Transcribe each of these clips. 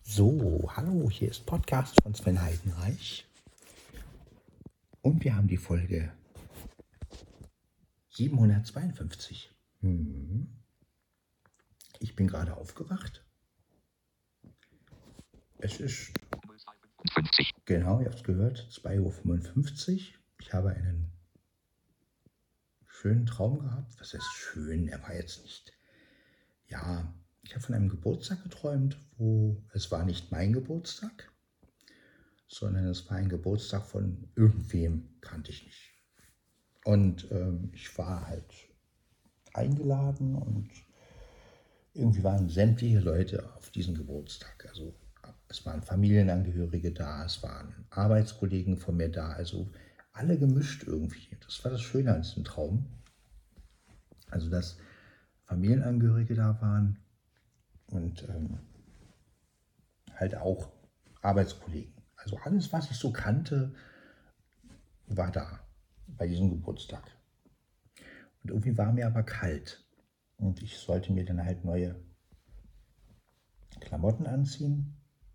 So, hallo, hier ist Podcast von Sven Heidenreich und wir haben die Folge 752. Ich bin gerade aufgewacht. Es ist, 50. Genau, ihr habt es gehört, 2:55 Uhr. Ich habe einen schönen Traum gehabt. Was heißt schön? Er war jetzt nicht. Ja, ich habe von einem Geburtstag geträumt, wo es war nicht mein Geburtstag, sondern es war ein Geburtstag von irgendwem, kannte ich nicht. Und ich war halt eingeladen und irgendwie waren sämtliche Leute auf diesem Geburtstag. Also es waren Familienangehörige da, es waren Arbeitskollegen von mir da, also alle gemischt irgendwie. Das war das Schöne an diesem Traum. Also dass Familienangehörige da waren und halt auch Arbeitskollegen. Also alles, was ich so kannte, war da bei diesem Geburtstag. Und irgendwie war mir aber kalt. Und ich sollte mir dann halt neue Klamotten anziehen.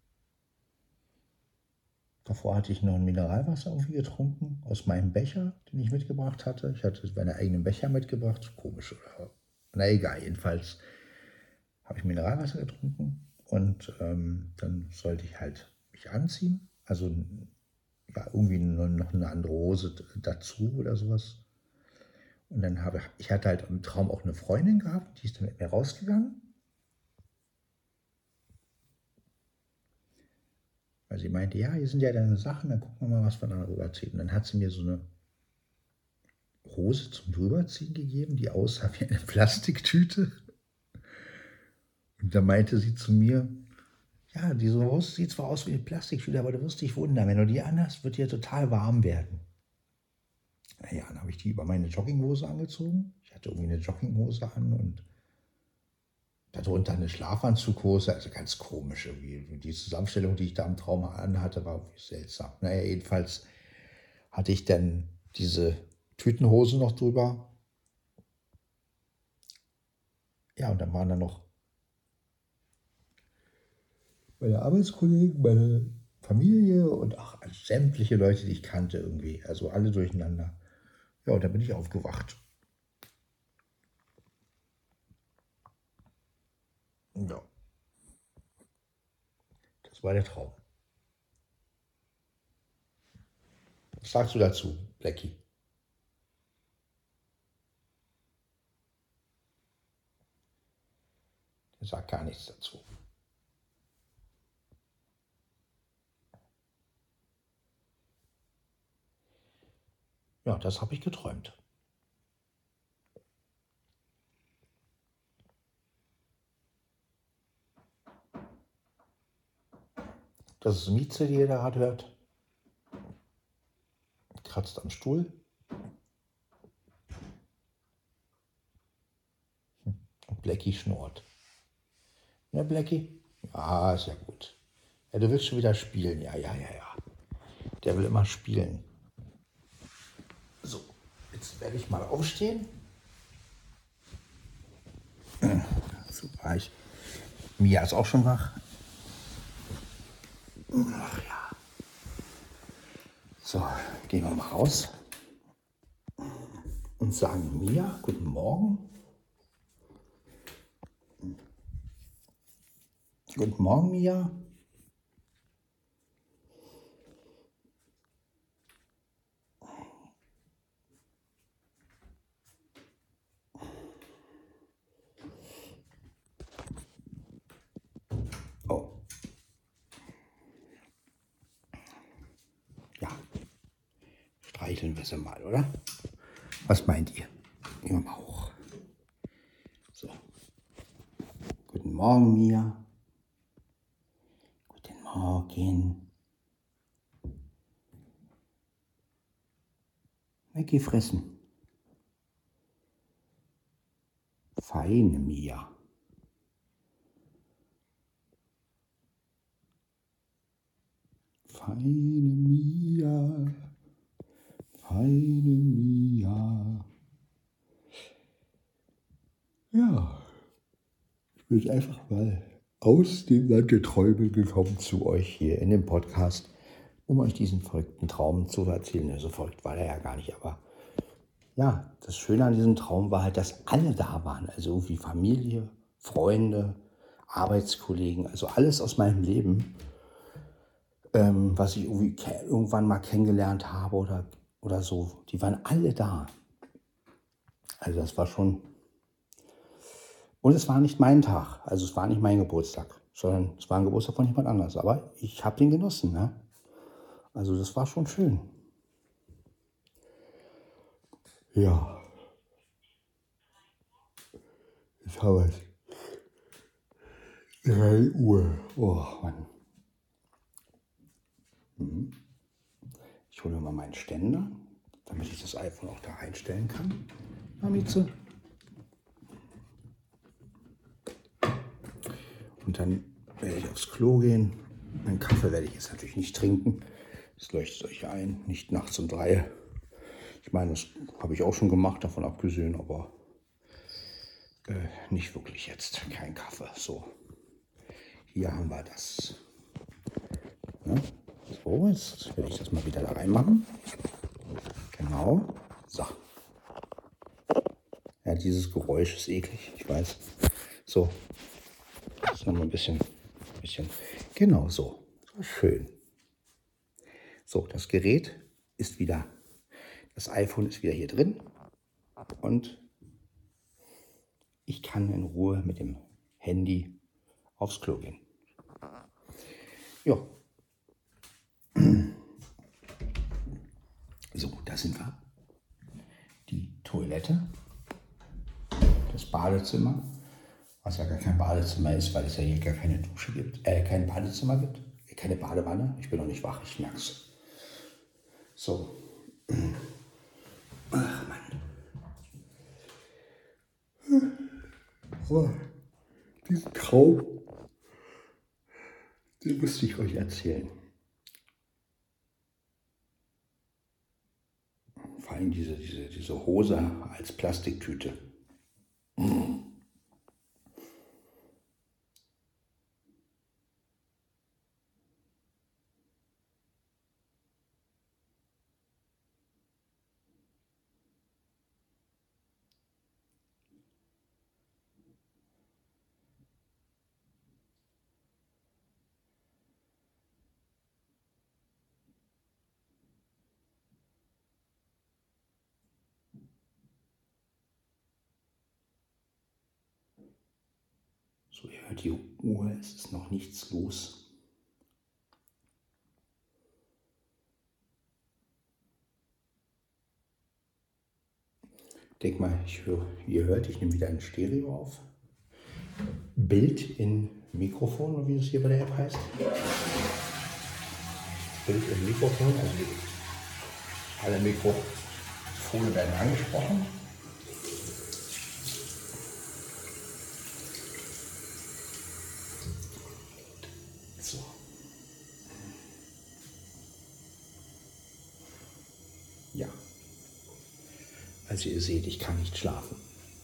Davor hatte ich noch ein Mineralwasser irgendwie getrunken aus meinem Becher, den ich mitgebracht hatte. Ich hatte meine eigenen Becher mitgebracht. Komisch, oder? Na egal, jedenfalls habe ich Mineralwasser getrunken und dann sollte ich halt mich anziehen. Also ja, irgendwie noch eine andere Hose dazu oder sowas. Und dann ich hatte halt im Traum auch eine Freundin gehabt, die ist dann mit mir rausgegangen. Weil sie meinte, ja, hier sind ja deine Sachen, dann gucken wir mal, was wir da rüberziehen. Und dann hat sie mir so eine Hose zum Drüberziehen gegeben, die aussah wie eine Plastiktüte. Und da meinte sie zu mir, ja, diese Hose sieht zwar aus wie eine Plastiktüte, aber du wirst dich wundern, wenn du die anhast, wird dir total warm werden. Naja, dann habe ich die über meine Jogginghose angezogen. Ich hatte irgendwie eine Jogginghose an und darunter eine Schlafanzughose, also ganz komisch irgendwie. Die Zusammenstellung, die ich da im Traum anhatte, war irgendwie seltsam. Naja, jedenfalls hatte ich dann diese Tütenhose noch drüber. Ja, und dann waren da noch meine Arbeitskollegen, meine Familie und auch sämtliche Leute, die ich kannte irgendwie. Also alle durcheinander. Ja, und dann bin ich aufgewacht. Ja, das war der Traum. Was sagst du dazu, Blackie? Der sagt gar nichts dazu. Ja, das habe ich geträumt. Das ist Mieze, die ihr da gerade hört. Kratzt am Stuhl. Und Blackie schnurrt. Ja, Blackie? Ja, ist ja gut. Ja, du willst schon wieder spielen. Ja. Der will immer spielen. So, jetzt werde ich mal aufstehen. Super, Mia ist auch schon wach. Ach ja. So, gehen wir mal raus und sagen Mia, guten Morgen. Guten Morgen, Mia. Oh. Ja, streicheln wir sie mal, oder? Was meint ihr? Im auch. So. Guten Morgen, Mia. Guten Morgen. Weggeh fressen. Feine Mia. Feine Mia. Feine Mia. Ja. Ich will jetzt einfach mal aus dem Land der Träume gekommen zu euch hier in dem Podcast, um euch diesen verrückten Traum zu erzählen. Ja, so verrückt war der ja gar nicht, aber ja, das Schöne an diesem Traum war halt, dass alle da waren. Also irgendwie Familie, Freunde, Arbeitskollegen, also alles aus meinem Leben, was ich irgendwie irgendwann mal kennengelernt habe oder so. Die waren alle da. Also das war schon... Und es war nicht mein Tag, also es war nicht mein Geburtstag, sondern es war ein Geburtstag von jemand anders. Aber ich habe den genossen, ne? Also das war schon schön. Ja, ich habe es 3 Uhr. Oh Mann. Ich hole mir mal meinen Ständer, damit ich das iPhone auch da reinstellen kann. Mamize. Und dann werde ich aufs Klo gehen. Meinen Kaffee werde ich jetzt natürlich nicht trinken. Das leuchtet euch ein, nicht nachts um 3. Ich meine, das habe ich auch schon gemacht, davon abgesehen, aber nicht wirklich jetzt. Kein Kaffee. So, hier haben wir das. Ne? So, jetzt werde ich das mal wieder da reinmachen. Genau. So. Ja, dieses Geräusch ist eklig, ich weiß. So. Jetzt noch mal ein bisschen. Genau so. So schön. So, das Gerät ist wieder, das iPhone ist wieder hier drin. Und ich kann in Ruhe mit dem Handy aufs Klo gehen. Ja. So, da sind wir. Die Toilette, das Badezimmer, was ja gar kein Badezimmer ist, weil es ja hier gar keine Dusche gibt, kein Badezimmer gibt, keine Badewanne. Ich bin noch nicht wach, ich merk's. So. Ach Mann. Aber diesen Traum, den musste ich euch erzählen. Vor allem diese Hose als Plastiktüte. So, ihr hört die Uhr, es ist noch nichts los. Denk mal, ihr hört, ich nehme wieder ein Stereo auf. Bild in Mikrofon, oder wie es hier bei der App heißt. Bild in Mikrofon, also alle Mikrofone werden angesprochen. So. Ja. Also ihr seht, ich kann nicht schlafen.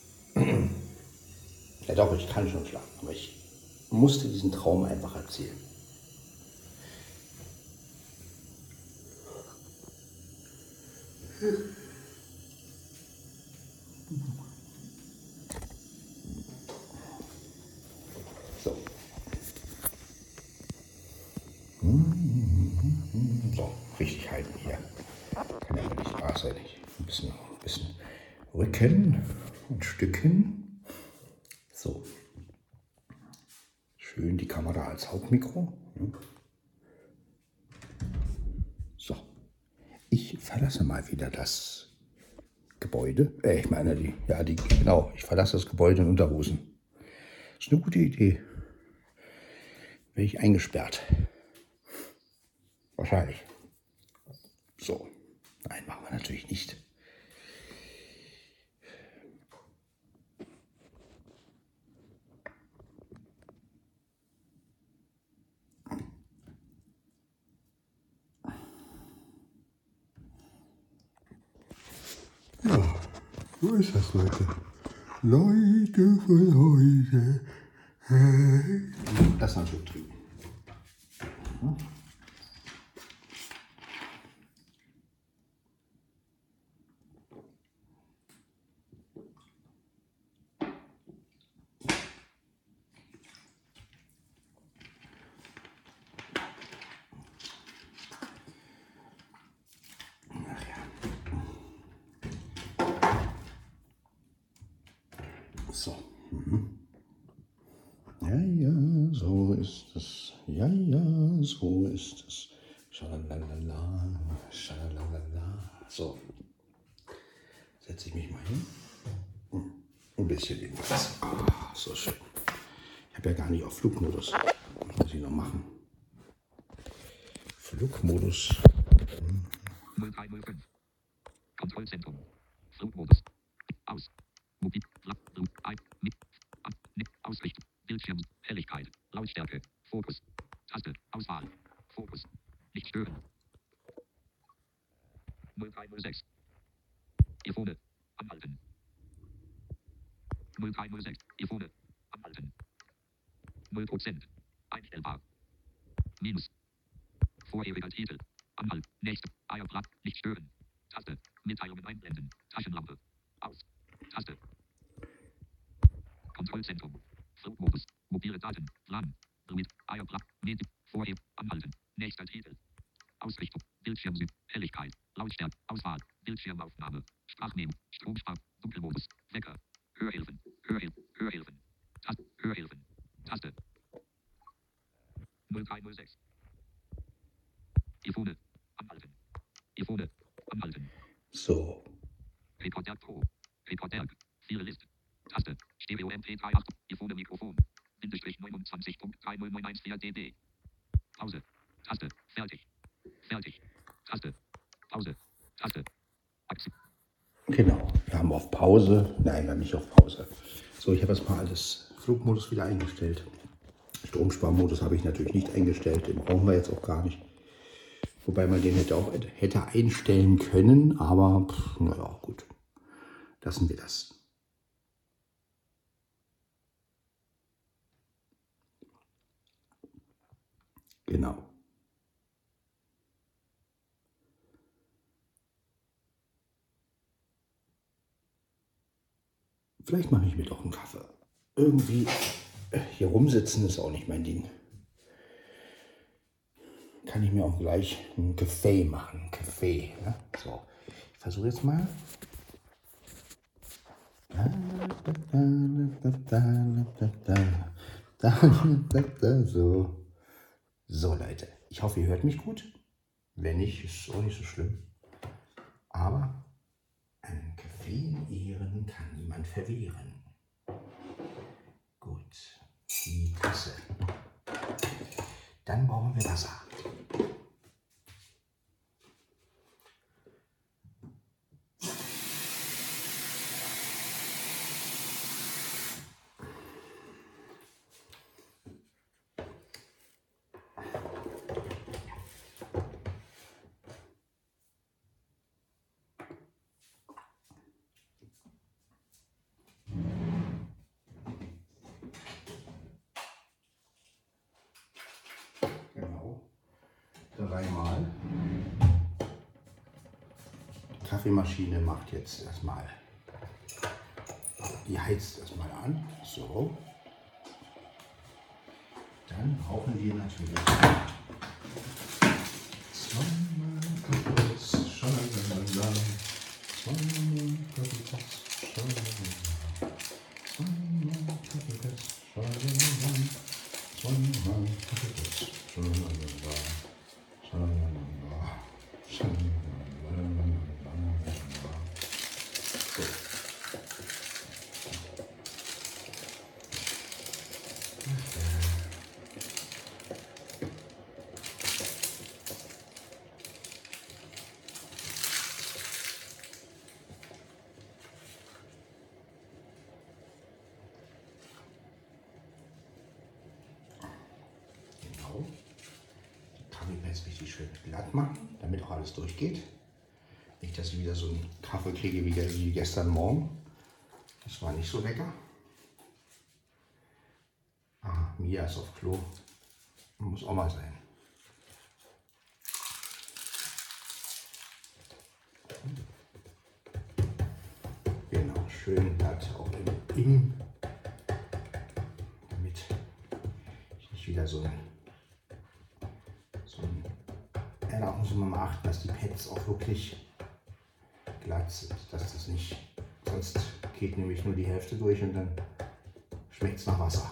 Ja doch, ich kann schon schlafen, aber ich musste diesen Traum einfach erzählen. So. So, richtig halten hier. Kann ja nicht wahr sein. Ein bisschen rücken und stücken. So. Schön die Kamera als Hauptmikro. So. Ich verlasse mal wieder das Gebäude. Genau. Ich verlasse das Gebäude in Unterhosen. Das ist eine gute Idee. Werde ich eingesperrt. Wahrscheinlich. So. Nein, machen wir natürlich nicht. Ja, so ist das, Leute. Leute von heute. Lass mal einen Schluck trinken. Ach ja. So. Ja, ja, so ist es. Ja, ja, so ist es. Schalalala, schalalala. So, setze ich mich mal hin. Ein bisschen jedenfalls. Ah, so schön. Ich habe ja gar nicht auf Flugmodus. Muss ich noch machen. Flugmodus. 0305. Kontrollzentrum. Flugmodus. Aus. Mobil. Ausrichtung. Bildschirm. Helligkeit. Lautstärke. Fokus. Taste. Auswahl. Fokus. Nicht stören. 0306. Earphone. Anhalten. 0306. Earphone. Anhalten. 0%. Einstellbar. Minus. Vorheriger Titel. Anhalt. Nächste. Eierblatt. Nicht stören. Taste. Mitteilungen einblenden. Taschenlampe. Aus. Taste. Kontrollzentrum. Flugmodus. Mobile Daten. LAN. Mit Eierblatt. Mit. Vorher. Anhalten. Nächster Titel. Ausrichtung. Bildschirm. Helligkeit. Lautstärke. Auswahl. Bildschirmaufnahme. Sprachmemo. Stromspar. Dunkelmodus. Wecker. Hörhilfen. Hörhilfen. Taste. Hörhilfen. Taste. 0306. Earphone. Anhalten. Earphone. Anhalten. So. Rekorder Pro. Rekorder. Viele Liste. Taste. Stereo MP3 8. Earphone Mikrofon. Bindestrich 29.30914 dB. Pause. Taste. Fertig. Fertig. Taste. Pause. Taste. Aktion. Genau. Wir haben auf Pause. Nein, wir haben nicht auf Pause. So, ich habe jetzt mal alles Flugmodus wieder eingestellt. Stromsparmodus habe ich natürlich nicht eingestellt. Den brauchen wir jetzt auch gar nicht. Wobei man den hätte einstellen können, aber naja, gut. Lassen wir das. Genau. Vielleicht mache ich mir doch einen Kaffee. Irgendwie hier rumsitzen ist auch nicht mein Ding. Kann ich mir auch gleich einen Kaffee machen. Kaffee. Ne? So, ich versuche jetzt mal. So. So, Leute. Ich hoffe, ihr hört mich gut. Wenn nicht, ist auch nicht so schlimm. Aber einen Kaffee in Ehren kann niemand verwehren. Gut. Die Tasse. Dann brauchen wir Wasser. Genau. 3-mal. Die Kaffeemaschine macht jetzt erstmal. Die heizt erstmal an. So. Dann brauchen wir natürlich 2-mal Kaffeeplatz. Schalalala. 2-mal Kaffeeplatz. Schalalala. 2-mal Kaffeeplatz. Schalalala. 2-mal Kaffeeplatz. Schalalala. Schalalala. Schalalala. So. Genau. Die Kaffeepads richtig schön glatt machen, damit auch alles durchgeht. Nicht, dass ich wieder so einen Kaffee kriege wie gestern Morgen. Das war nicht so lecker. Ah, Mia ist auf Klo. Muss auch mal sein. Genau, schön glatt auch im damit ich nicht wieder so ein ja, da muss man mal achten, dass die Pads auch wirklich glatt sind, dass das nicht, sonst geht nämlich nur die Hälfte durch und dann schmeckt es nach Wasser.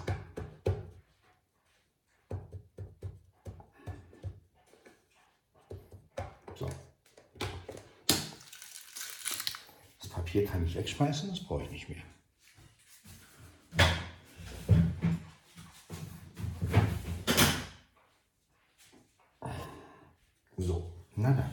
So. Das Papier kann ich wegschmeißen, das brauche ich nicht mehr. So, na dann.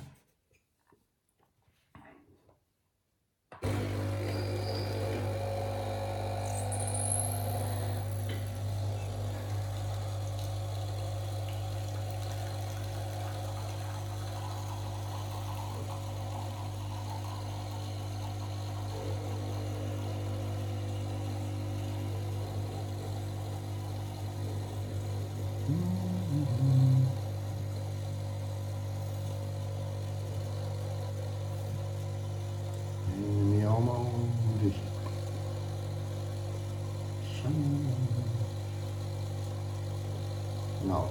Genau.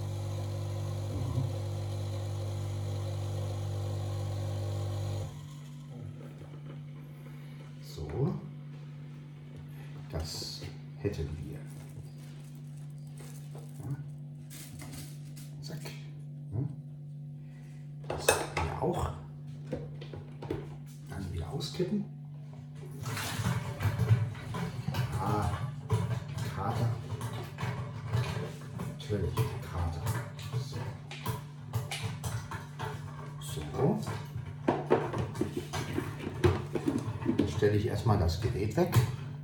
So, das hätten wir. Ja. Zack. Ja. Das hätten wir auch. Dann wieder auskippen. Ah, Kater. Natürlich, Kater. So. So. Dann stelle ich erstmal das Gerät weg.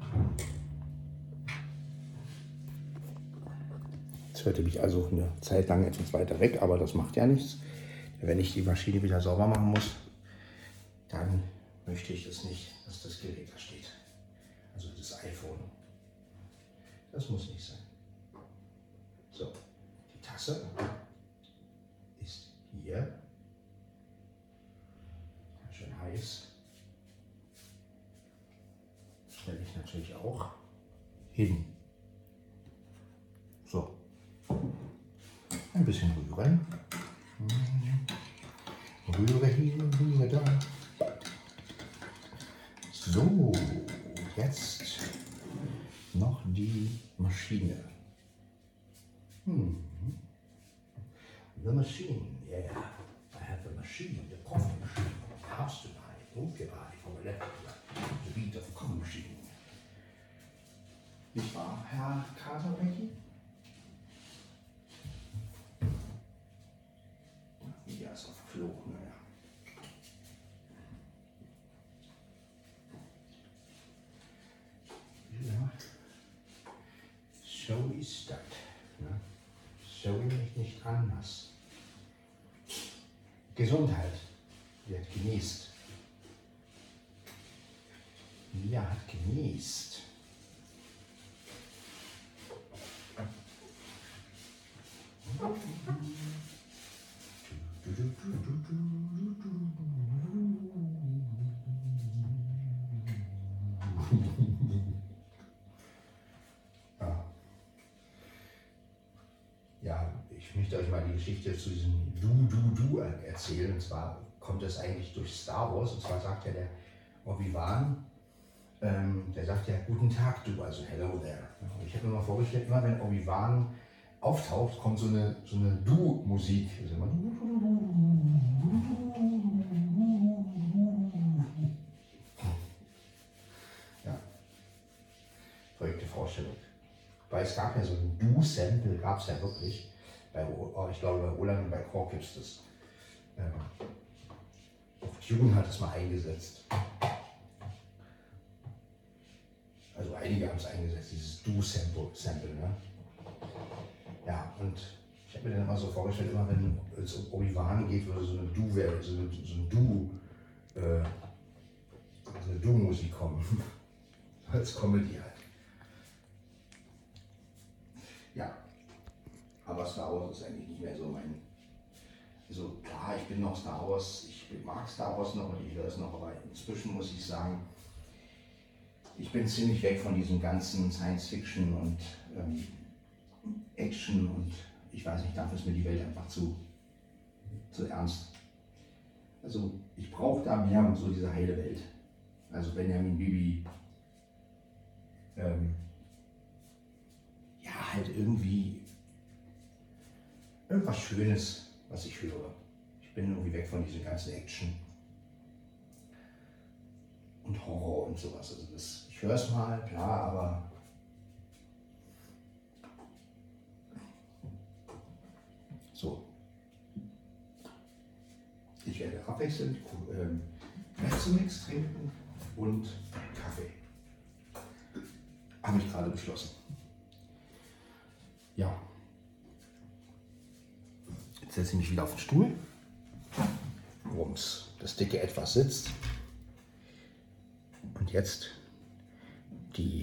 Jetzt hörte mich also eine Zeit lang etwas weiter weg, aber das macht ja nichts. Wenn ich die Maschine wieder sauber machen muss, dann möchte ich das nicht, dass das Gerät da steht. Also das iPhone. Das muss nicht sein. So, die Tasse ist hier. Schön heiß. Stelle ich natürlich auch hin. So. Ein bisschen rühren. Rühre hier, rühre da. So, jetzt noch die Maschine. The machine, yeah. I have a machine, the coffee machine. House tonight, aufgereiht vom Elektriker. The beat of coffee machine. Nicht wahr, Herr Katerbecky? Ja, ist auf Klo, naja. Ja. So ist das. Ne? So nicht anders. Gesundheit wird genießt. Mia hat genießt. Ja, ich möchte euch mal die Geschichte zu diesem Du erzählen. Und zwar kommt es eigentlich durch Star Wars. Und zwar sagt ja der Obi-Wan, der sagt ja Guten Tag, du, also hello there. Und ich habe mir mal vorgestellt, immer wenn Obi-Wan auftaucht, kommt so eine Du-Musik. Also immer ja, verrückte Vorstellung. Weil es gab ja so ein Du-Sample, gab es ja wirklich. Ich glaube, bei Roland und bei Kork gibt es das. Auf Tune hat es mal eingesetzt. Also einige haben es eingesetzt, dieses Du-Sample. Ne? Ja, und ich habe mir dann immer so vorgestellt, immer wenn es um Obi-Wan geht, würde so eine Du-Musik kommen. Als Comedy halt. Ja, aber Star Wars ist eigentlich nicht mehr so mein. Also klar, ich bin noch Star Wars, ich mag Star Wars noch und ich höre es noch, aber inzwischen muss ich sagen, ich bin ziemlich weg von diesem ganzen Science Fiction und Action und ich weiß nicht, dafür ist mir die Welt einfach zu ernst. Also ich brauche da mehr so diese heile Welt. Also Benjamin Bibi, ja halt irgendwie irgendwas Schönes, was ich höre. Ich bin irgendwie weg von dieser ganzen Action und Horror und sowas. Also ich höre es mal, klar, aber so. Ich werde abwechselnd Mezzomix trinken und Kaffee. Habe ich gerade beschlossen. Ja. Jetzt setze ich mich wieder auf den Stuhl, worum das dicke Etwas sitzt. Und jetzt die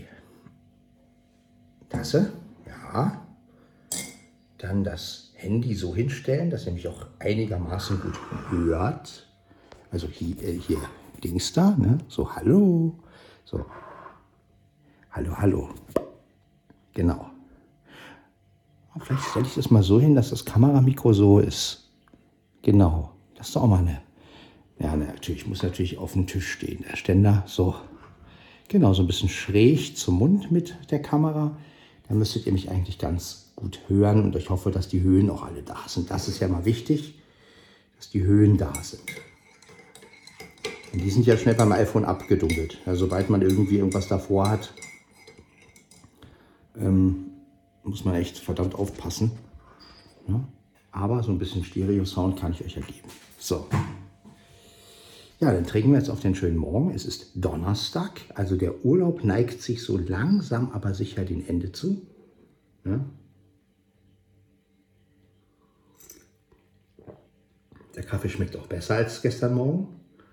Tasse, ja. Dann das Handy so hinstellen, dass ihr mich auch einigermaßen gut hört. Also hier Dings da, ne? So, hallo. So. Hallo, hallo. Genau. Aber vielleicht stelle ich das mal so hin, dass das Kameramikro so ist. Genau. Das ist doch auch mal eine. Ja, natürlich, muss natürlich auf dem Tisch stehen, der Ständer. So. Genau, so ein bisschen schräg zum Mund mit der Kamera. Dann müsstet ihr mich eigentlich ganz gut hören und ich hoffe, dass die Höhen auch alle da sind. Das ist ja mal wichtig, dass die Höhen da sind. Und die sind ja schnell beim iPhone abgedunkelt. Ja, sobald man irgendwie irgendwas davor hat, muss man echt verdammt aufpassen. Ja? Aber so ein bisschen Stereo-Sound kann ich euch ja geben. So. Ja, dann trinken wir jetzt auf den schönen Morgen. Es ist Donnerstag, also der Urlaub neigt sich so langsam, aber sicher dem Ende zu. Ja? Der Kaffee schmeckt auch besser als gestern Morgen.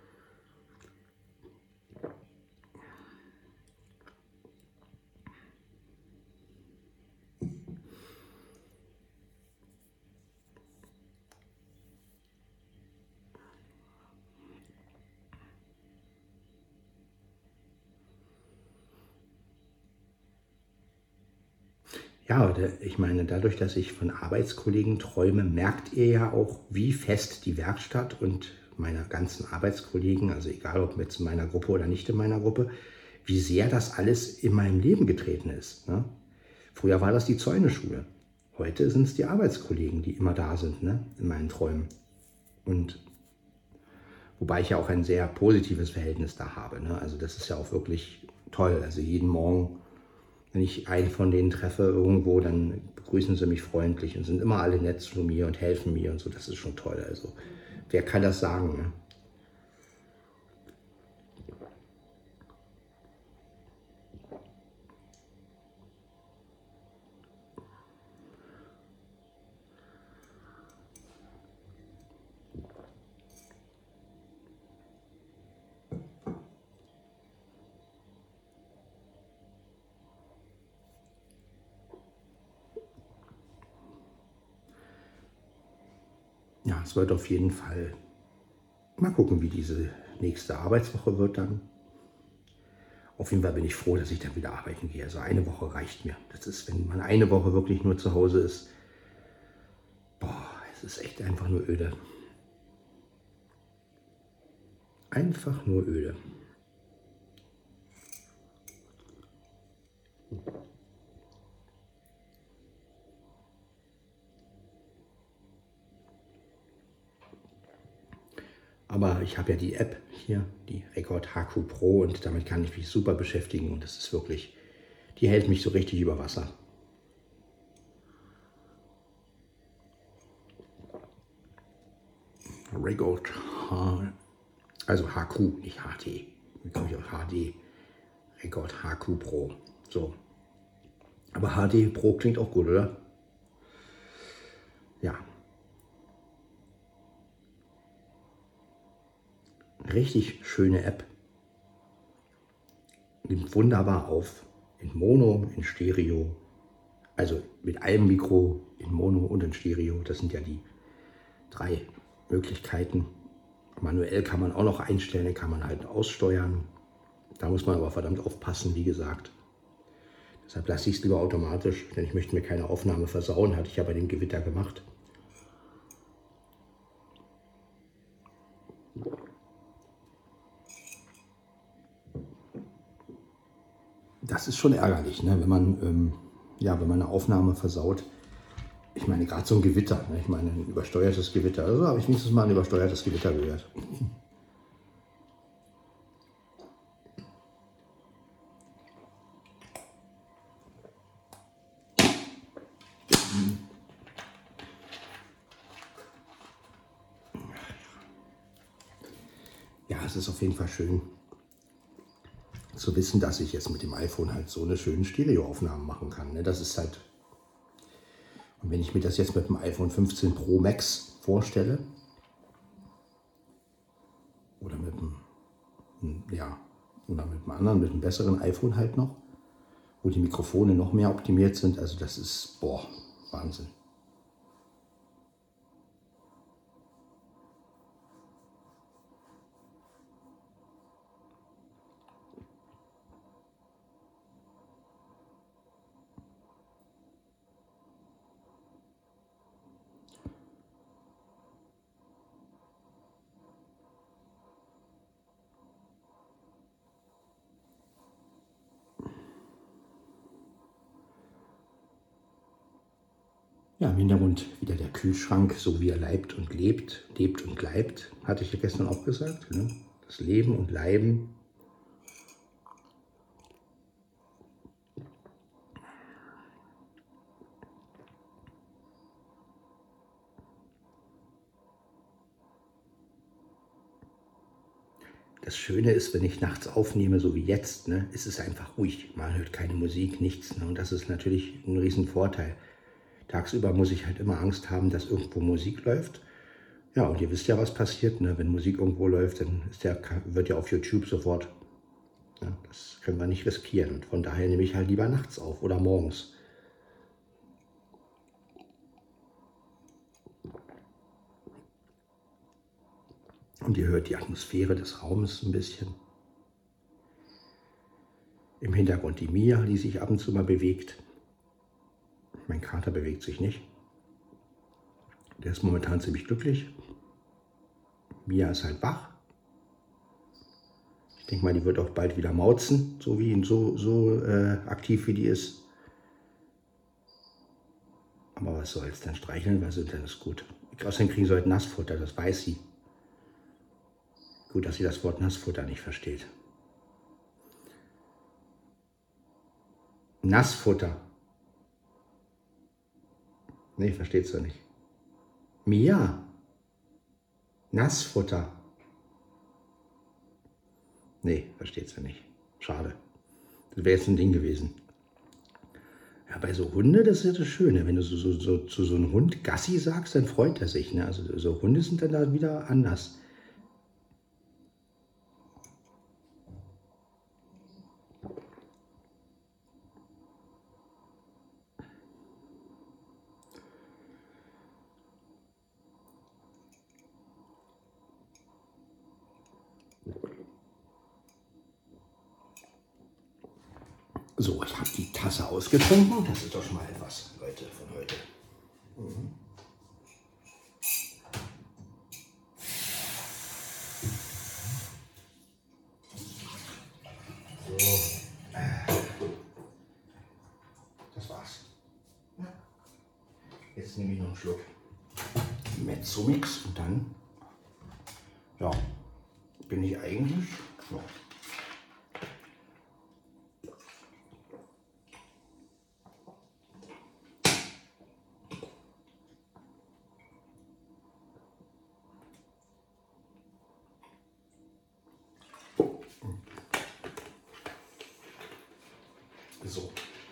Ja, ich meine, dadurch, dass ich von Arbeitskollegen träume, merkt ihr ja auch, wie fest die Werkstatt und meine ganzen Arbeitskollegen, also egal ob jetzt in meiner Gruppe oder nicht in meiner Gruppe, wie sehr das alles in meinem Leben getreten ist. Ne? Früher war das die Zäuneschule. Heute sind es die Arbeitskollegen, die immer da sind, ne? In meinen Träumen. Und wobei ich ja auch ein sehr positives Verhältnis da habe. Ne? Also das ist ja auch wirklich toll. Also jeden Morgen, wenn ich einen von denen treffe irgendwo, dann begrüßen sie mich freundlich und sind immer alle nett zu mir und helfen mir und so. Das ist schon toll. Also wer kann das sagen? Ne? Ja, es wird auf jeden Fall mal gucken, wie diese nächste Arbeitswoche wird dann. Auf jeden Fall bin ich froh, dass ich dann wieder arbeiten gehe. Also eine Woche reicht mir. Das ist, wenn man eine Woche wirklich nur zu Hause ist, boah, es ist echt einfach nur öde. Einfach nur öde. Aber ich habe ja die App hier, die Record HQ Pro, und damit kann ich mich super beschäftigen und das ist wirklich, die hält mich so richtig über Wasser. Record, also HQ, nicht HT. Wie komme ich auf HD? Record HQ Pro. So. Aber HD Pro klingt auch gut, oder? Ja. Richtig schöne App. Nimmt wunderbar auf. In Mono, in Stereo. Also mit einem Mikro in Mono und in Stereo. Das sind ja die 3 Möglichkeiten. Manuell kann man auch noch einstellen, den kann man halt aussteuern. Da muss man aber verdammt aufpassen, wie gesagt. Deshalb lasse ich es lieber automatisch, denn ich möchte mir keine Aufnahme versauen. Hatte ich ja bei dem Gewitter gemacht. Das ist schon ärgerlich, ne? Wenn man eine Aufnahme versaut. Ich meine, gerade so ein Gewitter, ne? Ich meine, ein übersteuertes Gewitter. Also habe ich wenigstens mal ein übersteuertes Gewitter gehört. Ja, es ist auf jeden Fall schön zu wissen, dass ich jetzt mit dem iPhone halt so eine schöne Stereoaufnahme machen kann. Ne? Das ist halt. Und wenn ich mir das jetzt mit dem iPhone 15 Pro Max vorstelle, oder mit einem anderen, mit einem besseren iPhone halt noch, wo die Mikrofone noch mehr optimiert sind, also das ist, boah, Wahnsinn. Ja, im Hintergrund wieder der Kühlschrank, so wie er lebt und bleibt, hatte ich ja gestern auch gesagt. Ne? Das Leben und Leiben. Das Schöne ist, wenn ich nachts aufnehme, so wie jetzt, ne, ist es einfach ruhig. Man hört keine Musik, nichts. Ne? Und das ist natürlich ein Riesenvorteil. Tagsüber muss ich halt immer Angst haben, dass irgendwo Musik läuft. Ja, und ihr wisst ja, was passiert. Ne? Wenn Musik irgendwo läuft, dann wird ja auf YouTube sofort. Ja, das können wir nicht riskieren. Und von daher nehme ich halt lieber nachts auf oder morgens. Und ihr hört die Atmosphäre des Raumes ein bisschen. Im Hintergrund die Mia, die sich ab und zu mal bewegt. Mein Kater bewegt sich nicht. Der ist momentan ziemlich glücklich. Mia ist halt wach. Ich denke mal, die wird auch bald wieder mauzen, so aktiv wie die ist. Aber was soll's, dann streicheln wir sie, dann ist gut. Außerdem kriegen sie heute Nassfutter, das weiß sie. Gut, dass sie das Wort Nassfutter nicht versteht. Nassfutter. Nee, versteht sie nicht. Mia. Nassfutter. Nee, versteht sie nicht. Schade. Das wäre jetzt ein Ding gewesen. Ja, bei so Hunde, das ist ja das Schöne. Wenn du zu so einem Hund Gassi sagst, dann freut er sich. Ne? Also so Hunde sind dann da wieder anders. So, ich habe die Tasse ausgetrunken. Das ist doch schon mal etwas, Leute, von heute. So, das war's. Ja. Jetzt nehme ich noch einen Schluck Mezzomix und dann, ja, bin ich eigentlich, ja. So.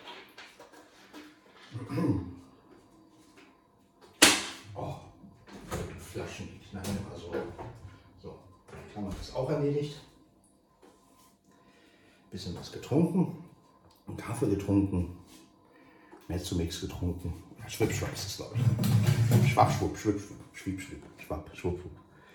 Oh, die Flaschen, die knallen immer so. So, dann haben wir das auch erledigt. Bisschen was getrunken, einen Kaffee getrunken Mezzomix getrunken. Ja, Schwipschwapp ist es, glaube ich. Schwappschwupp, Schwipschwupp, Schwiepschwipp, Schwapp, Schwuppschwupp.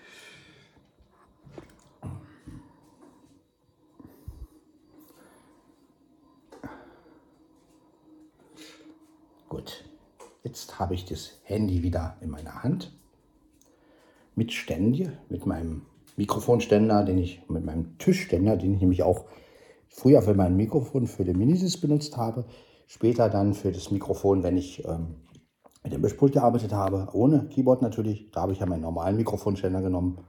Gut, jetzt habe ich das Handy wieder in meiner Hand. Mit Ständer, mit meinem Mikrofonständer, mit meinem Tischständer, den ich nämlich auch früher für mein Mikrofon für den Minisys benutzt habe, später dann für das Mikrofon, wenn ich mit dem Mischpult gearbeitet habe, ohne Keyboard natürlich. Da habe ich ja meinen normalen Mikrofonständer genommen.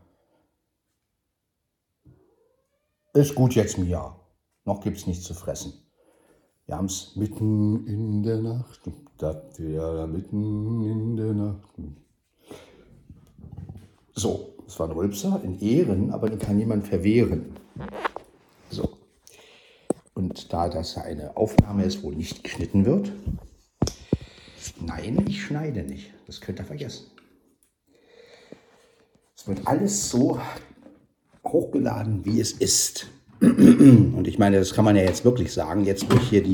Ist gut jetzt, Mia. Noch gibt es nichts zu fressen. Wir haben es mitten in der Nacht. Ja, mitten in der Nacht. So, das war ein Rülpser in Ehren, aber den kann niemand verwehren. So. Und da das eine Aufnahme ist, wo nicht geschnitten wird, nein, ich schneide nicht. Das könnt ihr vergessen. Es wird alles so hochgeladen, wie es ist. Und ich meine, das kann man ja jetzt wirklich sagen, jetzt wo ich hier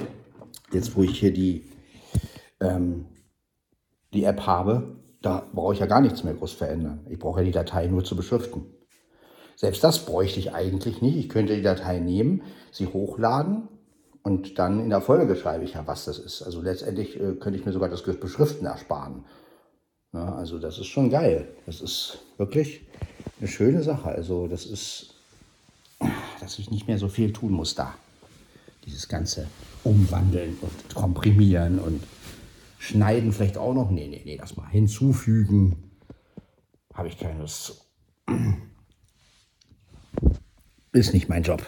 die App habe, da brauche ich ja gar nichts mehr groß verändern. Ich brauche ja die Datei nur zu beschriften. Selbst das bräuchte ich eigentlich nicht. Ich könnte die Datei nehmen, sie hochladen und dann in der Folge schreibe ich ja, was das ist. Also letztendlich könnte ich mir sogar das Beschriften ersparen. Ja, also das ist schon geil. Das ist wirklich eine schöne Sache. Also das ist, dass ich nicht mehr so viel tun muss da. Dieses ganze Umwandeln und Komprimieren und Schneiden vielleicht auch noch. Nee, das mal hinzufügen. Habe ich keine Lust zu. Ist nicht mein Job.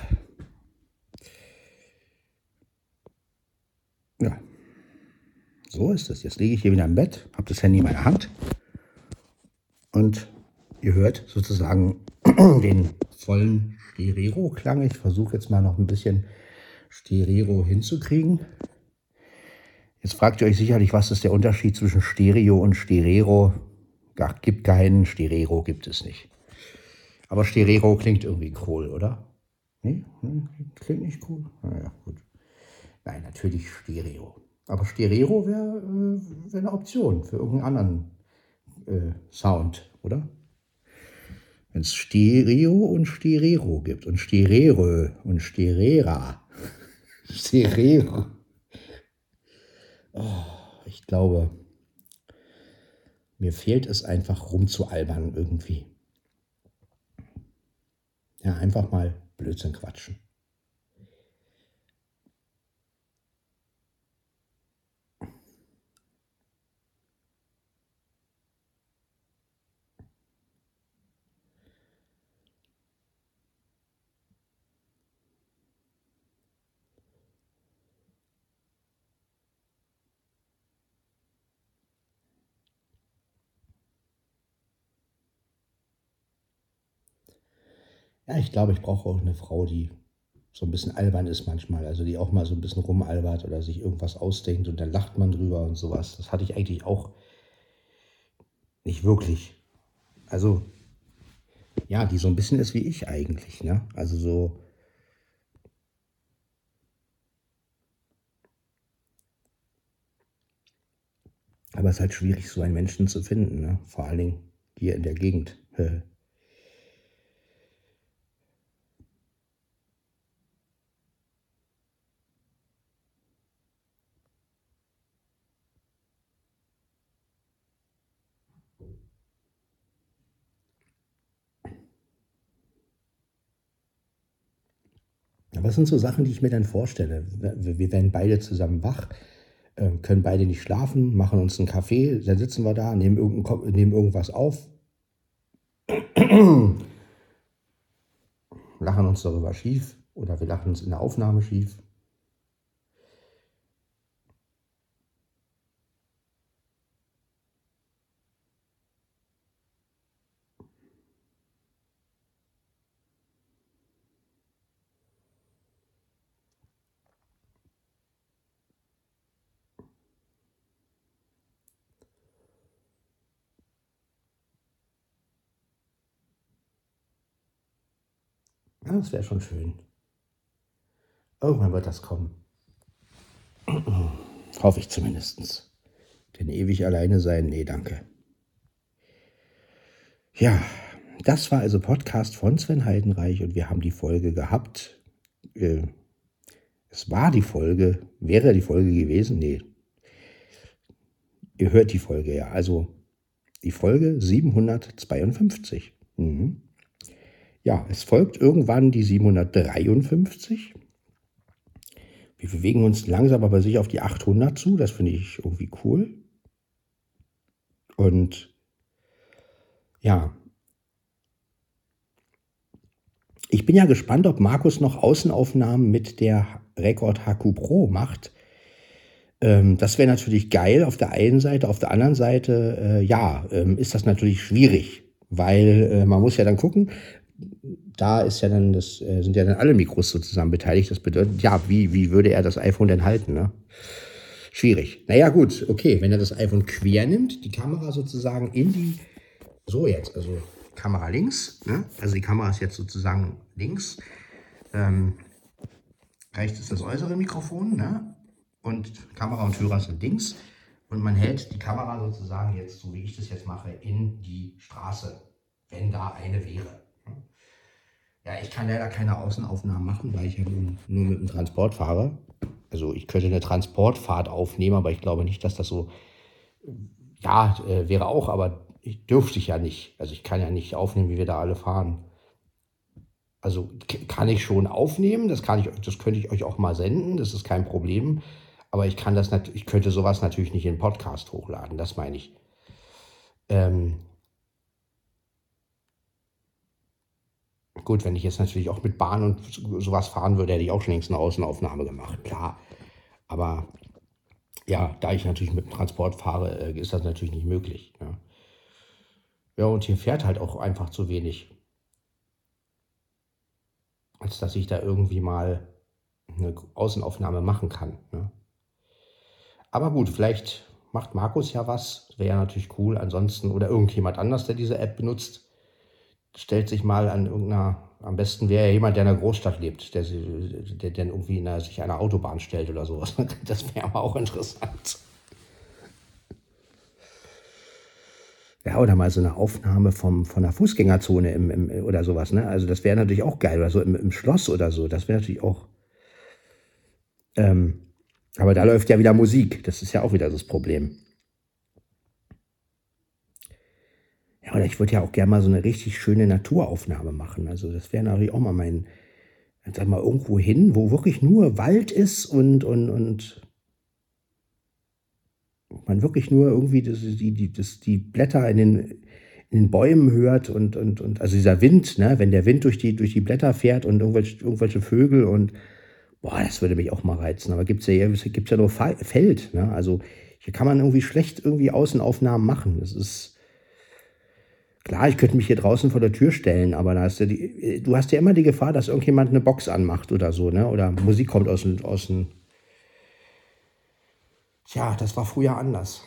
Ja, so ist es. Jetzt liege ich hier wieder im Bett, habe das Handy in meiner Hand und ihr hört sozusagen den vollen Stereo-Klang. Ich versuche jetzt mal noch ein bisschen Stereo hinzukriegen. Jetzt fragt ihr euch sicherlich, was ist der Unterschied zwischen Stereo und Stereo? Ja, gibt keinen, Stereo gibt es nicht. Aber Stereo klingt irgendwie cool, oder? Nee? Klingt nicht cool? Naja, gut. Nein, natürlich Stereo. Aber Stereo wäre eine Option für irgendeinen anderen Sound, oder? Wenn es Stereo und Stereo gibt und Stereo und Sterera. Stereo. Oh, ich glaube, mir fehlt es einfach rumzualbern irgendwie. Ja, einfach mal Blödsinn quatschen. Ja, ich glaube, ich brauche auch eine Frau, die so ein bisschen albern ist manchmal. Also die auch mal so ein bisschen rumalbert oder sich irgendwas ausdenkt und dann lacht man drüber und sowas. Das hatte ich eigentlich auch nicht wirklich. Also, ja, die so ein bisschen ist wie ich eigentlich, ne? Also so, aber es ist halt schwierig, so einen Menschen zu finden, ne? Vor allen Dingen hier in der Gegend. Aber es sind so Sachen, die ich mir dann vorstelle. Wir werden beide zusammen wach, können beide nicht schlafen, machen uns einen Kaffee, dann sitzen wir da, nehmen irgendwas auf, lachen uns darüber schief oder wir lachen uns in der Aufnahme schief. Ja, das wäre schon schön. Irgendwann wird das kommen. Hoffe ich zumindest. Denn ewig alleine sein, nee, danke. Ja, das war also Podcast von Sven Heidenreich und wir haben die Folge gehabt. Es war die Folge, wäre die Folge gewesen, nee. Ihr hört die Folge ja, also die Folge 752. Ja, es folgt irgendwann die 753. Wir bewegen uns langsam aber sicher auf die 800 zu, das finde ich irgendwie cool. Und ja, ich bin ja gespannt, ob Markus noch Außenaufnahmen mit der Record HQ Pro macht. Das wäre natürlich geil auf der einen Seite. Auf der anderen Seite, ist das natürlich schwierig, weil man muss ja dann gucken, da ist ja dann sind ja dann alle Mikros so zusammen beteiligt. Das bedeutet, ja, wie würde er das iPhone denn halten, ne? Schwierig. Naja, gut, okay, wenn er das iPhone quer nimmt, die Kamera sozusagen so jetzt, also Kamera links, ne? Also die Kamera ist jetzt sozusagen links. Rechts ist das äußere Mikrofon, ne? Und Kamera und Hörer sind links. Und man hält die Kamera sozusagen jetzt, so wie ich das jetzt mache, in die Straße, wenn da eine wäre. Ja, ich kann leider keine Außenaufnahmen machen, weil ich ja nur mit dem Transport fahre. Also ich könnte eine Transportfahrt aufnehmen, aber ich glaube nicht, dass das so, wäre auch, aber dürfte ich ja nicht. Also ich kann ja nicht aufnehmen, wie wir da alle fahren. Also kann ich schon aufnehmen, das könnte ich euch auch mal senden, das ist kein Problem. Aber ich könnte sowas natürlich nicht in den Podcast hochladen, das meine ich. Gut, wenn ich jetzt natürlich auch mit Bahn und sowas fahren würde, hätte ich auch schon längst eine Außenaufnahme gemacht, klar. Aber ja, da ich natürlich mit dem Transport fahre, ist das natürlich nicht möglich. Ne? Ja, und hier fährt halt auch einfach zu wenig. Als dass ich da irgendwie mal eine Außenaufnahme machen kann. Ne? Aber gut, vielleicht macht Markus ja was. Wäre ja natürlich cool. Ansonsten, oder irgendjemand anders, der diese App benutzt, stellt sich mal an am besten wäre ja jemand, der in einer Großstadt lebt, der dann irgendwie sich an einer Autobahn stellt oder sowas. Das wäre aber auch interessant. Ja, oder mal so eine Aufnahme von der Fußgängerzone oder sowas, ne? Also das wäre natürlich auch geil. Oder so im Schloss oder so. Das wäre natürlich auch. Aber da läuft ja wieder Musik. Das ist ja auch wieder das Problem. Ja, oder ich würde ja auch gerne mal so eine richtig schöne Naturaufnahme machen. Also das wäre natürlich auch mal sag mal, irgendwo hin, wo wirklich nur Wald ist und man wirklich nur irgendwie die Blätter in den Bäumen hört und also dieser Wind, ne, wenn der Wind durch die Blätter fährt und irgendwelche Vögel und boah, das würde mich auch mal reizen. Aber gibt's ja nur Feld, ne? Also hier kann man irgendwie schlecht irgendwie Außenaufnahmen machen. Das ist klar, ich könnte mich hier draußen vor der Tür stellen, aber du hast ja immer die Gefahr, dass irgendjemand eine Box anmacht oder so, ne? Oder Musik kommt aus dem. Tja, das war früher anders.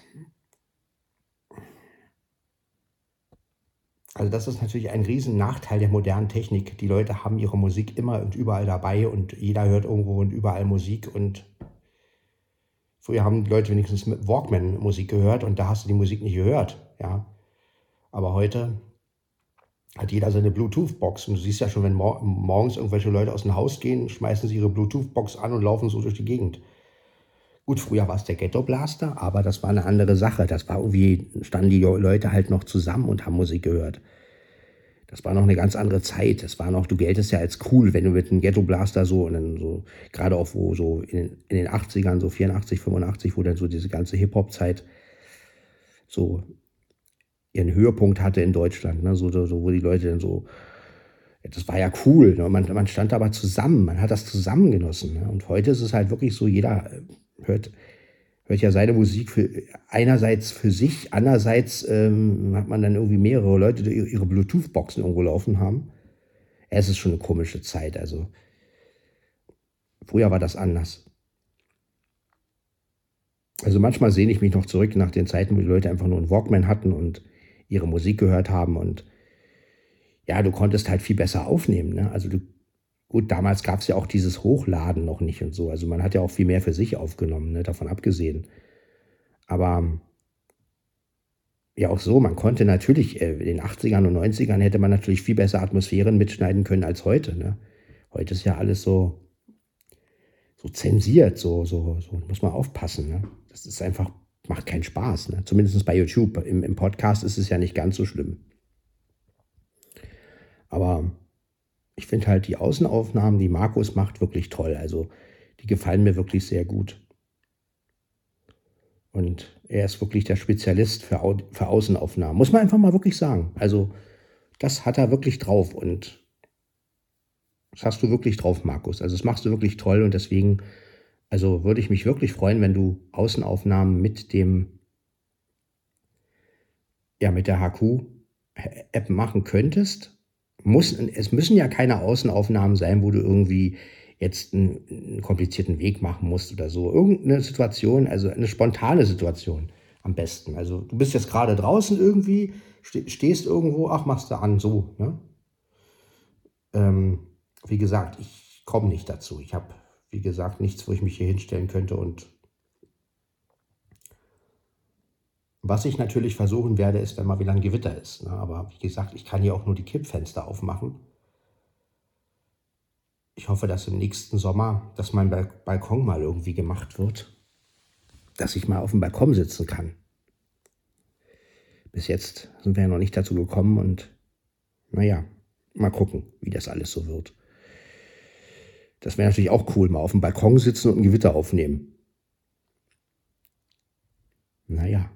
Also das ist natürlich ein riesen Nachteil der modernen Technik. Die Leute haben ihre Musik immer und überall dabei und jeder hört irgendwo und überall Musik. Und früher haben die Leute wenigstens mit Walkman Musik gehört und da hast du die Musik nicht gehört, ja. Aber heute hat jeder seine Bluetooth-Box und du siehst ja schon, wenn morgens irgendwelche Leute aus dem Haus gehen, schmeißen sie ihre Bluetooth-Box an und laufen so durch die Gegend. Gut, früher war es der Ghetto Blaster, aber das war eine andere Sache. Das war irgendwie, standen die Leute halt noch zusammen und haben Musik gehört. Das war noch eine ganz andere Zeit. Das war noch, du geltest ja als cool, wenn du mit einem Ghetto Blaster so, und dann so, gerade auch wo so in den 80ern, so 84, 85, wo dann so diese ganze Hip-Hop-Zeit so ihren Höhepunkt hatte in Deutschland, ne? So, wo die Leute dann so, das war ja cool, ne? Man stand aber zusammen, man hat das zusammen genossen. Ne? Und heute ist es halt wirklich so, jeder hört ja seine Musik einerseits für sich, andererseits hat man dann irgendwie mehrere Leute, die ihre Bluetooth-Boxen irgendwo laufen haben. Es ist schon eine komische Zeit, also früher war das anders. Also manchmal sehne ich mich noch zurück nach den Zeiten, wo die Leute einfach nur einen Walkman hatten und ihre Musik gehört haben und ja, du konntest halt viel besser aufnehmen, ne? Also gut, damals gab es ja auch dieses Hochladen noch nicht und so. Also man hat ja auch viel mehr für sich aufgenommen, ne, davon abgesehen. Aber ja auch so, man konnte natürlich, in den 80ern und 90ern hätte man natürlich viel besser Atmosphären mitschneiden können als heute. Ne? Heute ist ja alles so zensiert, so muss man aufpassen. Ne? Das ist einfach, macht keinen Spaß. Ne? Zumindest bei YouTube. Im Podcast ist es ja nicht ganz so schlimm. Aber ich finde halt die Außenaufnahmen, die Markus macht, wirklich toll. Also die gefallen mir wirklich sehr gut. Und er ist wirklich der Spezialist für Außenaufnahmen. Muss man einfach mal wirklich sagen. Also das hat er wirklich drauf. Und das hast du wirklich drauf, Markus. Also das machst du wirklich toll. Und deswegen, also würde ich mich wirklich freuen, wenn du Außenaufnahmen mit der HQ-App machen könntest. Es müssen ja keine Außenaufnahmen sein, wo du irgendwie jetzt einen komplizierten Weg machen musst oder so. Irgendeine Situation, also eine spontane Situation am besten. Also du bist jetzt gerade draußen irgendwie, stehst irgendwo, ach, machst du an, so. Ne? Wie gesagt, ich komme nicht dazu. Ich habe, wie gesagt, nichts, wo ich mich hier hinstellen könnte. Und was ich natürlich versuchen werde, ist, wenn mal wieder ein Gewitter ist. Ne? Aber wie gesagt, ich kann hier auch nur die Kippfenster aufmachen. Ich hoffe, dass im nächsten Sommer, dass mein Balkon mal irgendwie gemacht wird, dass ich mal auf dem Balkon sitzen kann. Bis jetzt sind wir ja noch nicht dazu gekommen und naja, mal gucken, wie das alles so wird. Das wäre natürlich auch cool, mal auf dem Balkon sitzen und ein Gewitter aufnehmen. Naja.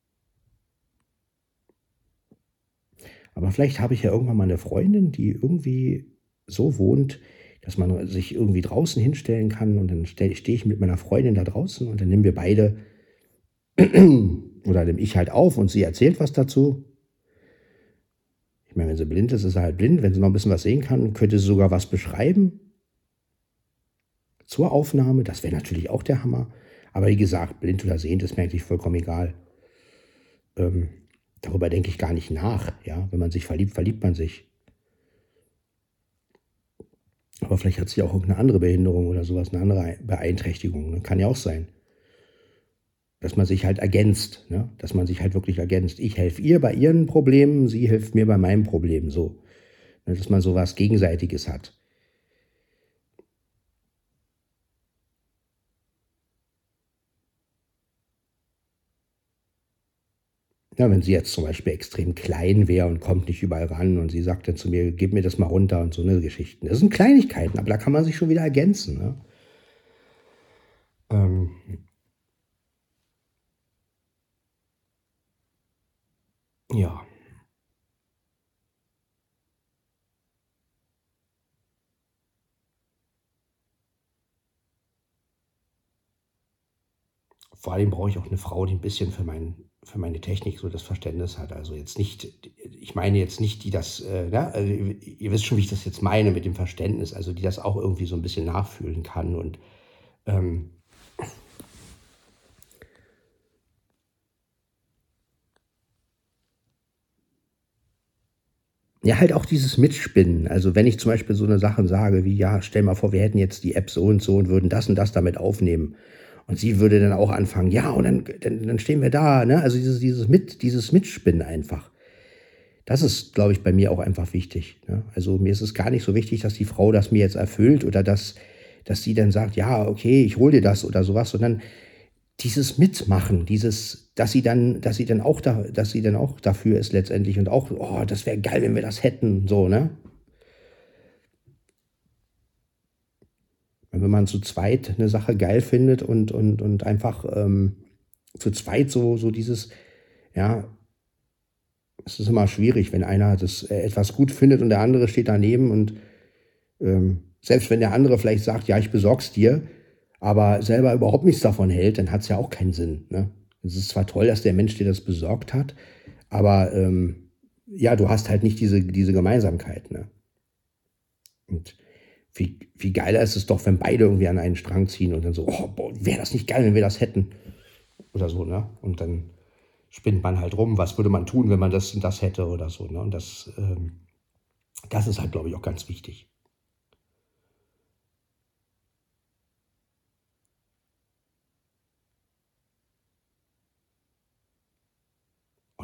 Aber vielleicht habe ich ja irgendwann mal eine Freundin, die irgendwie so wohnt, dass man sich irgendwie draußen hinstellen kann und dann stehe ich mit meiner Freundin da draußen und dann nehmen wir beide oder nehme ich halt auf und sie erzählt was dazu. Ich meine, wenn sie blind ist, ist sie halt blind. Wenn sie noch ein bisschen was sehen kann, könnte sie sogar was beschreiben zur Aufnahme. Das wäre natürlich auch der Hammer. Aber wie gesagt, blind oder sehend ist mir eigentlich vollkommen egal. Darüber denke ich gar nicht nach. Ja? Wenn man sich verliebt, verliebt man sich. Aber vielleicht hat sie auch irgendeine andere Behinderung oder sowas, eine andere Beeinträchtigung. Ne? Kann ja auch sein. Dass man sich halt ergänzt. Ne? Dass man sich halt wirklich ergänzt. Ich helfe ihr bei ihren Problemen, sie hilft mir bei meinem Problem. So. Ne? Dass man sowas Gegenseitiges hat. Ja, wenn sie jetzt zum Beispiel extrem klein wäre und kommt nicht überall ran und sie sagt dann zu mir, gib mir das mal runter und so eine Geschichten. Das sind Kleinigkeiten, aber da kann man sich schon wieder ergänzen. Ne? Ja. Vor allem brauche ich auch eine Frau, die ein bisschen für meine Technik so das Verständnis hat. Also jetzt nicht, ich meine jetzt nicht, die das, also ihr wisst schon, wie ich das jetzt meine mit dem Verständnis, also die das auch irgendwie so ein bisschen nachfühlen kann und ja, halt auch dieses Mitspinnen. Also wenn ich zum Beispiel so eine Sache sage wie, ja, stell mal vor, wir hätten jetzt die App so und würden das und das damit aufnehmen. Und sie würde dann auch anfangen, ja, und dann stehen wir da, ne? Also dieses Mitspinnen einfach. Das ist, glaube ich, bei mir auch einfach wichtig. Ne? Also mir ist es gar nicht so wichtig, dass die Frau das mir jetzt erfüllt oder dass sie dann sagt, ja, okay, ich hole dir das oder sowas, sondern dieses Mitmachen, dass sie dann auch dafür ist letztendlich und auch, oh, das wäre geil, wenn wir das hätten, so, ne? Wenn man zu zweit eine Sache geil findet und einfach zu zweit so dieses, ja, es ist immer schwierig, wenn einer das etwas gut findet und der andere steht daneben und selbst wenn der andere vielleicht sagt, ja, ich besorg's dir, aber selber überhaupt nichts davon hält, dann hat es ja auch keinen Sinn. Ne? Es ist zwar toll, dass der Mensch dir das besorgt hat, aber ja, du hast halt nicht diese Gemeinsamkeit. Ne? Und viel geiler ist es doch, wenn beide irgendwie an einen Strang ziehen und dann so, oh, wäre das nicht geil, wenn wir das hätten. Oder so, ne? Und dann spinnt man halt rum, was würde man tun, wenn man das und das hätte oder so. Ne? Und das ist halt, glaube ich, auch ganz wichtig.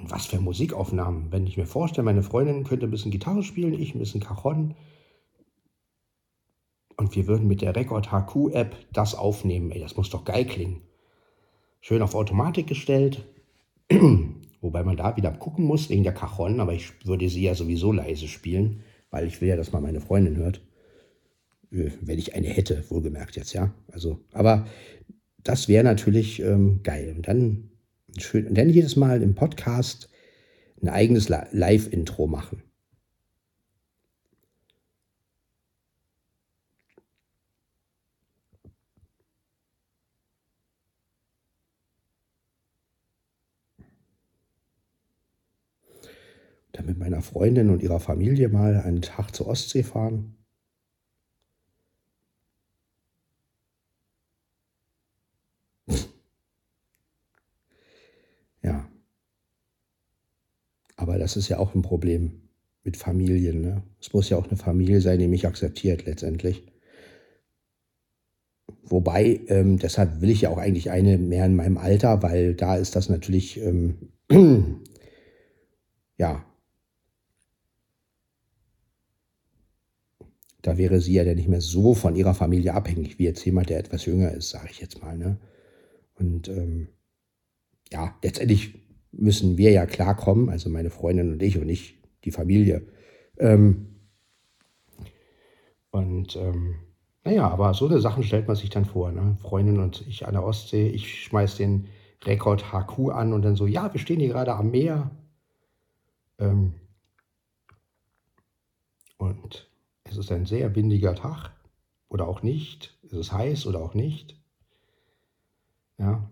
was für Musikaufnahmen. Wenn ich mir vorstelle, meine Freundin könnte ein bisschen Gitarre spielen, ich ein bisschen Cajon. Und wir würden mit der Record HQ-App das aufnehmen. Ey, das muss doch geil klingen. Schön auf Automatik gestellt. Wobei man da wieder gucken muss wegen der Cajon. Aber ich würde sie ja sowieso leise spielen, weil ich will ja, dass mal meine Freundin hört. Wenn ich eine hätte, wohlgemerkt jetzt, ja. Also, aber das wäre natürlich geil. Und dann jedes Mal im Podcast ein eigenes Live-Intro machen. Dann mit meiner Freundin und ihrer Familie mal einen Tag zur Ostsee fahren. Ja. Aber das ist ja auch ein Problem mit Familien. Ne? Es muss ja auch eine Familie sein, die mich akzeptiert letztendlich. Wobei, deshalb will ich ja auch eigentlich eine mehr in meinem Alter, weil da ist das natürlich, ja, da wäre sie ja dann nicht mehr so von ihrer Familie abhängig, wie jetzt jemand, der etwas jünger ist, sage ich jetzt mal. Ne? Und ja, letztendlich müssen wir ja klarkommen, also meine Freundin und ich und nicht die Familie. Naja, aber so eine Sachen stellt man sich dann vor. Ne? Freundin und ich an der Ostsee, ich schmeiß den Record HQ an und dann so, ja, wir stehen hier gerade am Meer. Und es ist ein sehr windiger Tag oder auch nicht. Es ist heiß oder auch nicht. Ja.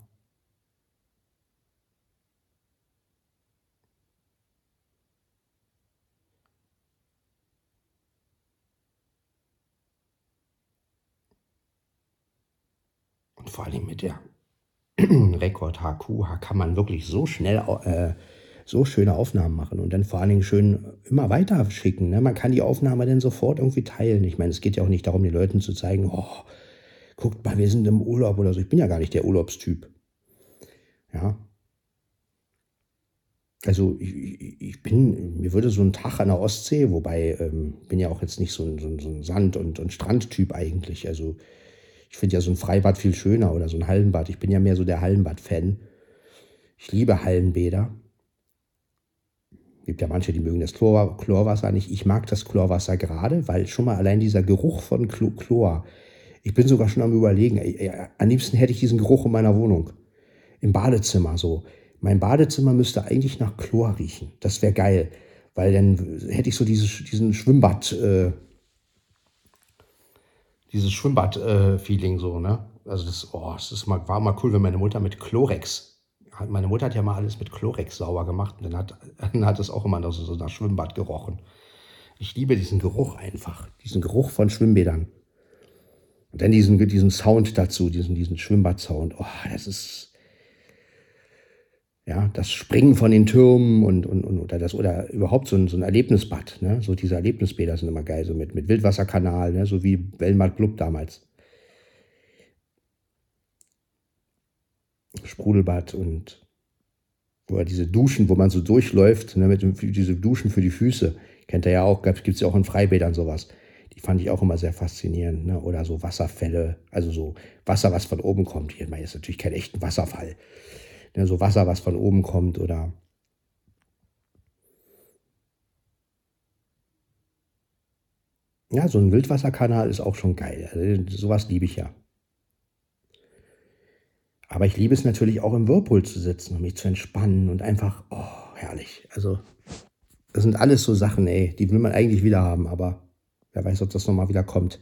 Und vor allem mit der Record HQ kann man wirklich so schnell so schöne Aufnahmen machen und dann vor allen Dingen schön immer weiter schicken. Ne? Man kann die Aufnahme dann sofort irgendwie teilen. Ich meine, es geht ja auch nicht darum, den Leuten zu zeigen, oh, guckt mal, wir sind im Urlaub oder so. Ich bin ja gar nicht der Urlaubstyp. Ja. Also mir würde so ein Tag an der Ostsee, wobei bin ja auch jetzt nicht so ein Sand- und Strandtyp eigentlich. Also ich finde ja so ein Freibad viel schöner oder so ein Hallenbad. Ich bin ja mehr so der Hallenbad-Fan. Ich liebe Hallenbäder. Es gibt ja manche, die mögen das Chlorwasser nicht. Ich mag das Chlorwasser gerade, weil schon mal allein dieser Geruch von Chlor. Ich bin sogar schon am Überlegen, am liebsten hätte ich diesen Geruch in meiner Wohnung. Im Badezimmer so. Mein Badezimmer müsste eigentlich nach Chlor riechen. Das wäre geil, weil dann hätte ich so diesen Schwimmbad-Feeling so, ne? Also war mal cool, wenn meine Mutter mit Chlorex. Meine Mutter hat ja mal alles mit Chlorex sauber gemacht und dann hat es auch immer so nach Schwimmbad gerochen. Ich liebe diesen Geruch einfach, diesen Geruch von Schwimmbädern. Und dann diesen Sound dazu, diesen Schwimmbad-Sound. Oh, das ist, ja, das Springen von den Türmen oder überhaupt so ein Erlebnisbad. Ne? So diese Erlebnisbäder sind immer geil, so mit Wildwasserkanal, ne? So wie Wellmar Club damals. Sprudelbad oder diese Duschen, wo man so durchläuft, ne, diese Duschen für die Füße. Kennt ihr ja auch, gibt es ja auch in Freibädern sowas. Die fand ich auch immer sehr faszinierend. Ne? Oder so Wasserfälle, also so Wasser, was von oben kommt. Hier ist natürlich kein echter Wasserfall. Ne? So Wasser, was von oben kommt oder ja, so ein Wildwasserkanal ist auch schon geil. Also, sowas liebe ich ja. Aber ich liebe es natürlich auch im Whirlpool zu sitzen und mich zu entspannen und einfach, oh, herrlich. Also, das sind alles so Sachen, ey, die will man eigentlich wieder haben, aber wer weiß, ob das nochmal wieder kommt.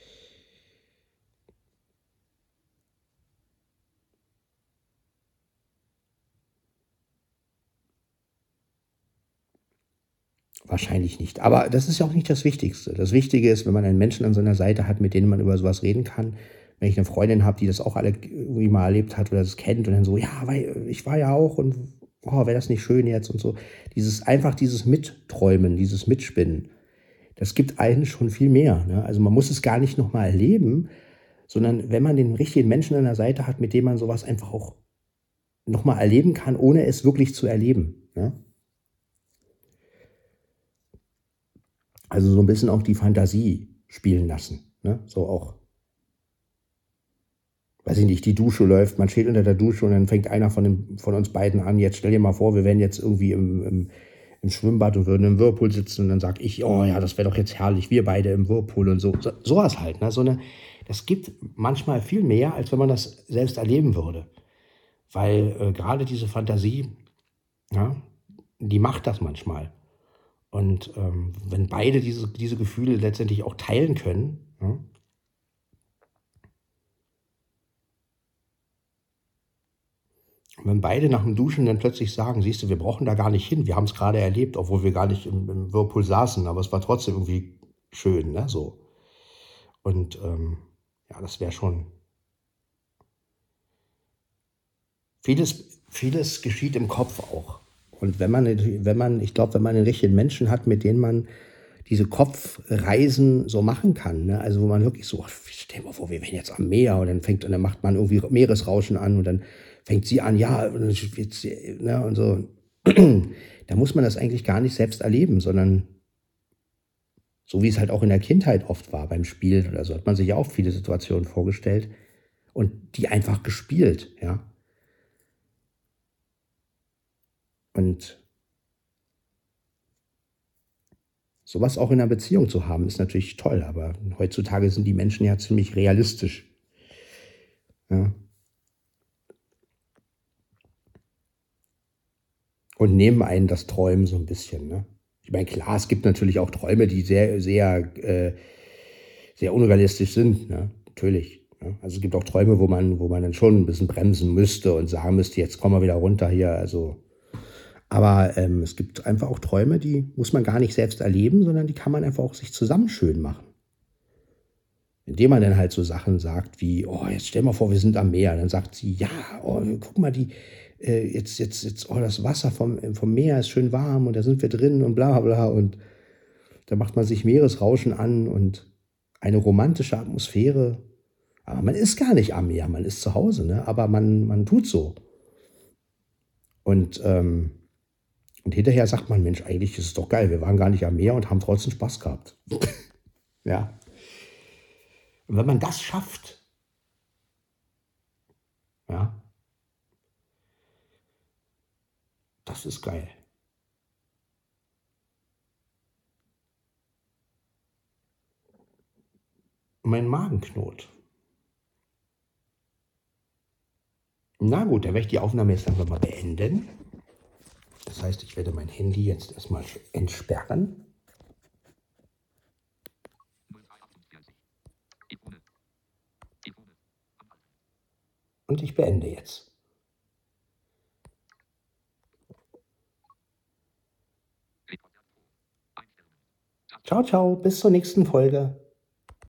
Wahrscheinlich nicht. Aber das ist ja auch nicht das Wichtigste. Das Wichtige ist, wenn man einen Menschen an seiner Seite hat, mit dem man über sowas reden kann. Wenn ich eine Freundin habe, die das auch alle irgendwie mal erlebt hat oder das kennt und dann so, ja, weil ich war ja auch und oh, wäre das nicht schön jetzt und so. Dieses Mitträumen, dieses Mitspinnen, das gibt einen schon viel mehr. Ne? Also man muss es gar nicht nochmal erleben, sondern wenn man den richtigen Menschen an der Seite hat, mit dem man sowas einfach auch nochmal erleben kann, ohne es wirklich zu erleben. Ne? Also so ein bisschen auch die Fantasie spielen lassen. Ne? So auch, weiß ich nicht, die Dusche läuft, man steht unter der Dusche und dann fängt einer von uns beiden an, jetzt stell dir mal vor, wir wären jetzt irgendwie im Schwimmbad und würden im Whirlpool sitzen und dann sag ich, oh ja, das wäre doch jetzt herrlich, wir beide im Whirlpool und so. Sowas halt. Ne? Das gibt manchmal viel mehr, als wenn man das selbst erleben würde. Weil gerade diese Fantasie, ja, die macht das manchmal. Und wenn beide diese Gefühle letztendlich auch teilen können, ja, wenn beide nach dem Duschen dann plötzlich sagen, siehst du, wir brauchen da gar nicht hin, wir haben es gerade erlebt, obwohl wir gar nicht im Whirlpool saßen, aber es war trotzdem irgendwie schön, ne, so. Und ja, das wäre schon, vieles geschieht im Kopf auch. Und ich glaube, wenn man einen richtigen Menschen hat, mit dem man diese Kopfreisen so machen kann, ne? Also wo man wirklich so, stell dir mal vor, wir wären jetzt am Meer und dann macht man irgendwie Meeresrauschen an und dann fängt sie an, ja, und jetzt, ne, und so. Da muss man das eigentlich gar nicht selbst erleben, sondern so wie es halt auch in der Kindheit oft war beim Spielen oder so, hat man sich auch viele Situationen vorgestellt und die einfach gespielt, ja. Und sowas auch in einer Beziehung zu haben, ist natürlich toll, aber heutzutage sind die Menschen ja ziemlich realistisch. Ja. Und nehmen einen das Träumen so ein bisschen. Ne? Ich meine, klar, es gibt natürlich auch Träume, die sehr, sehr, sehr unrealistisch sind. Ne? Natürlich. Ne? Also es gibt auch Träume, wo man dann schon ein bisschen bremsen müsste und sagen müsste, jetzt kommen wir wieder runter hier. Also, aber es gibt einfach auch Träume, die muss man gar nicht selbst erleben, sondern die kann man einfach auch sich zusammen schön machen. Indem man dann halt so Sachen sagt wie, oh, jetzt stell mal vor, wir sind am Meer. Dann sagt sie, ja, oh, guck mal, jetzt, oh, das Wasser vom Meer ist schön warm und da sind wir drin und bla bla. Und da macht man sich Meeresrauschen an und eine romantische Atmosphäre. Aber man ist gar nicht am Meer, man ist zu Hause, ne? Aber man tut so. Und hinterher sagt man, Mensch, eigentlich ist es doch geil, wir waren gar nicht am Meer und haben trotzdem Spaß gehabt. Ja. Und wenn man das schafft, ja, das ist geil. Mein Magen knurrt. Na gut, dann werde ich die Aufnahme jetzt einfach mal beenden. Das heißt, ich werde mein Handy jetzt erstmal entsperren. 0348. Ikone. Ikone. Anhalten. Und ich beende jetzt. Rekorder. Einstellungen. Taste. Ciao, ciao, bis zur nächsten Folge.